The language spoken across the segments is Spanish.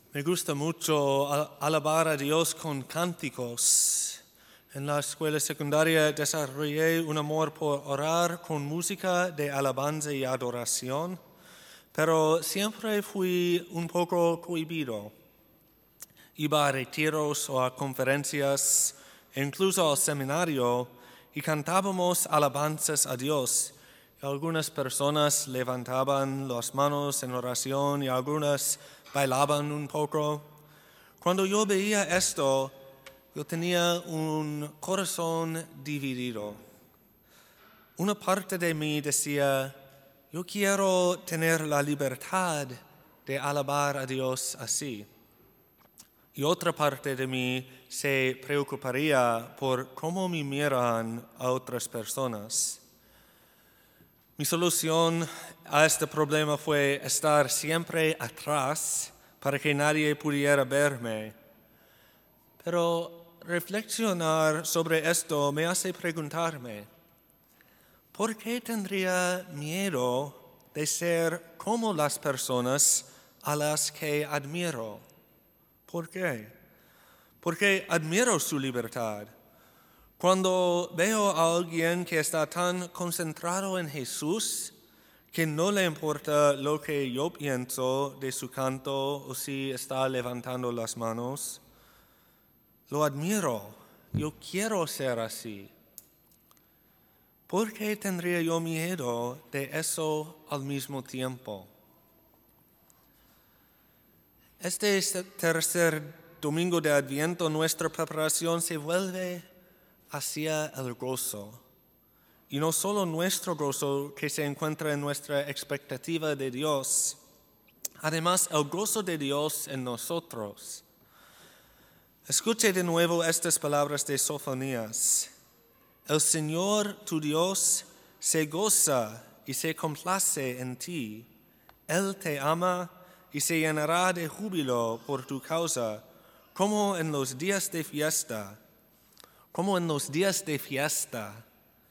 Me gusta mucho alabar a Dios con cánticos. En la escuela secundaria desarrollé un amor por orar con música de alabanza y adoración, pero siempre fui un poco cohibido. Iba a retiros o a conferencias, e incluso al seminario, y cantábamos alabanzas a Dios. Algunas personas levantaban las manos en oración y algunas bailaban un poco. Cuando yo veía esto, yo tenía un corazón dividido. Una parte de mí decía, yo quiero tener la libertad de alabar a Dios así. Y otra parte de mí se preocuparía por cómo me miran a otras personas. Mi solución a este problema fue estar siempre atrás para que nadie pudiera verme. Pero reflexionar sobre esto me hace preguntarme, ¿por qué tendría miedo de ser como las personas a las que admiro? ¿Por qué? Porque admiro su libertad. Cuando veo a alguien que está tan concentrado en Jesús que no le importa lo que yo pienso de su canto o si está levantando las manos, lo admiro. Yo quiero ser así. ¿Por qué tendría yo miedo de eso al mismo tiempo? Este tercer domingo de Adviento, nuestra preparación se vuelve hacia el gozo. Y no solo nuestro gozo que se encuentra en nuestra expectativa de Dios, además el gozo de Dios en nosotros. Escuche de nuevo estas palabras de Sofonías. El Señor tu Dios se goza y se complace en ti. Él te ama y se llenará de júbilo por tu causa, como en los días de fiesta. Como en los días de fiesta.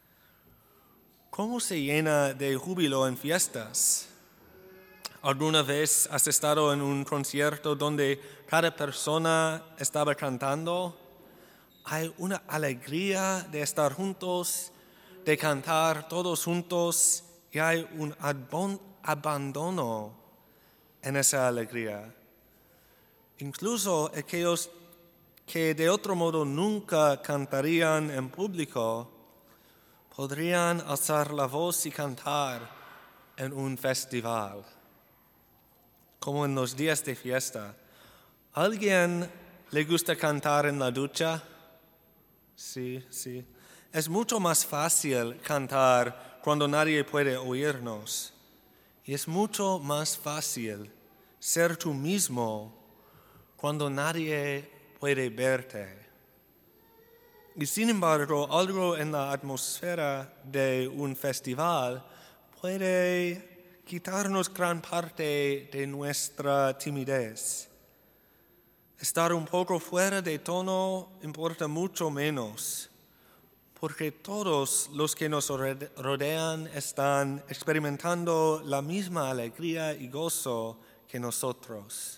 ¿Cómo se llena de júbilo en fiestas? ¿Alguna vez has estado en un concierto donde cada persona estaba cantando? Hay una alegría de estar juntos, de cantar todos juntos, y hay un abandono en esa alegría. Incluso aquellos que de otro modo nunca cantarían en público, podrían alzar la voz y cantar en un festival, como en los días de fiesta. ¿A alguien le gusta cantar en la ducha? Sí. Es mucho más fácil cantar cuando nadie puede oírnos. Y es mucho más fácil ser tú mismo cuando nadie puede verte. Y sin embargo, algo en la atmósfera de un festival puede quitarnos gran parte de nuestra timidez. Estar un poco fuera de tono importa mucho menos, porque todos los que nos rodean están experimentando la misma alegría y gozo que nosotros.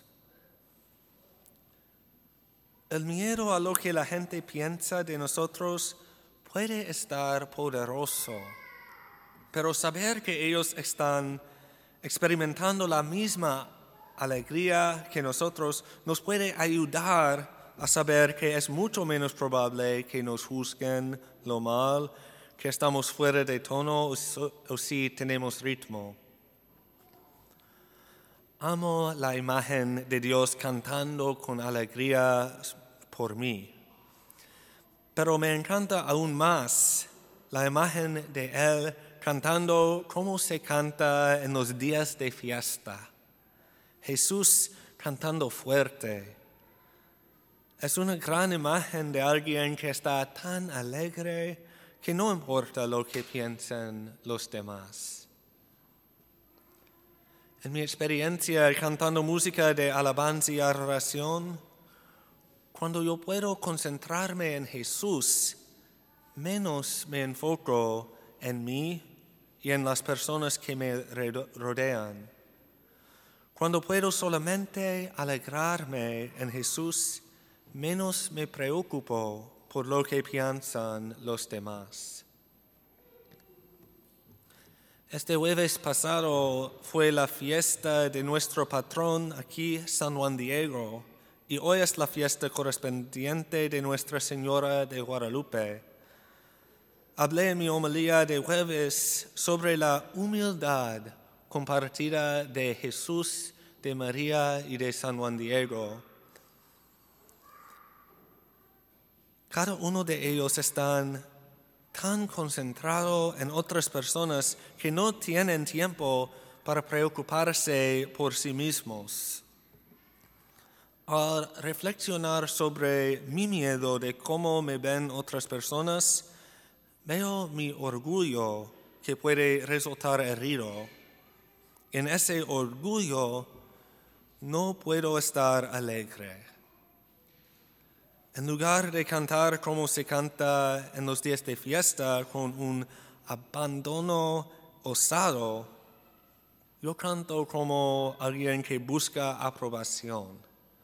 El miedo a lo que la gente piensa de nosotros puede estar poderoso, pero saber que ellos están experimentando la misma alegría que nosotros nos puede ayudar a saber que es mucho menos probable que nos juzguen lo mal, que estamos fuera de tono o si tenemos ritmo. Amo la imagen de Dios cantando con alegría por mí. Pero me encanta aún más la imagen de Él cantando como se canta en los días de fiesta. Jesús cantando fuerte. Es una gran imagen de alguien que está tan alegre que no importa lo que piensen los demás. En mi experiencia cantando música de alabanza y adoración, cuando yo puedo concentrarme en Jesús, menos me enfoco en mí y en las personas que me rodean. Cuando puedo solamente alegrarme en Jesús, menos me preocupo por lo que piensan los demás. Este jueves pasado fue la fiesta de nuestro patrón aquí, San Juan Diego, y hoy es la fiesta correspondiente de Nuestra Señora de Guadalupe. Hablé en mi homilía de jueves sobre la humildad compartida de Jesús, de María y de San Juan Diego. Cada uno de ellos están tan concentrado en otras personas que no tienen tiempo para preocuparse por sí mismos. Al reflexionar sobre mi miedo de cómo me ven otras personas, veo mi orgullo que puede resultar herido. En ese orgullo no puedo estar alegre. En lugar de cantar como se canta en los días de fiesta, con un abandono osado, yo canto como alguien que busca aprobación.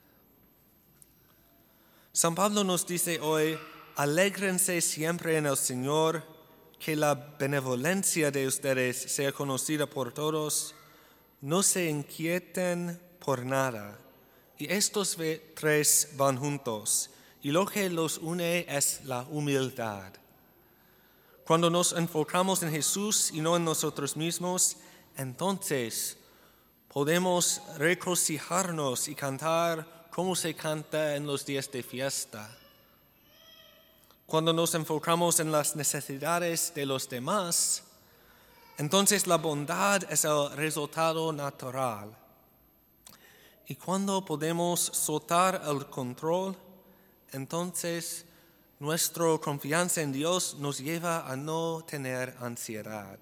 San Pablo nos dice hoy: alégrense siempre en el Señor, que la benevolencia de ustedes sea conocida por todos, no se inquieten por nada. Y estos tres van juntos. Y lo que los une es la humildad. Cuando nos enfocamos en Jesús y no en nosotros mismos, entonces podemos regocijarnos y cantar como se canta en los días de fiesta. Cuando nos enfocamos en las necesidades de los demás, entonces la bondad es el resultado natural. Y cuando podemos soltar el control, entonces nuestra confianza en Dios nos lleva a no tener ansiedad.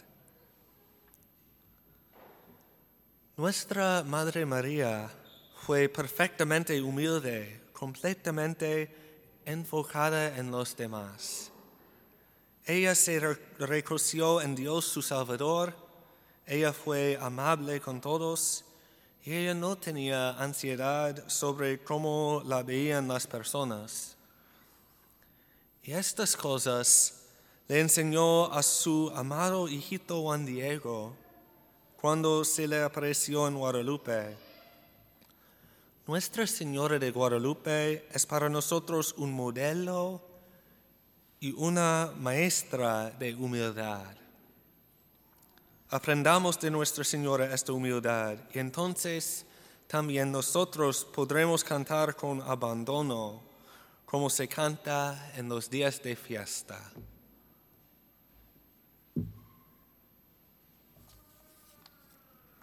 Nuestra Madre María fue perfectamente humilde, completamente enfocada en los demás. Ella se reconoció en Dios su Salvador, ella fue amable con todos y ella no tenía ansiedad sobre cómo la veían las personas. Y estas cosas le enseñó a su amado hijito Juan Diego cuando se le apareció en Guadalupe. Nuestra Señora de Guadalupe es para nosotros un modelo y una maestra de humildad. Aprendamos de Nuestra Señora esta humildad y entonces también nosotros podremos cantar con abandono como se canta en los días de fiesta.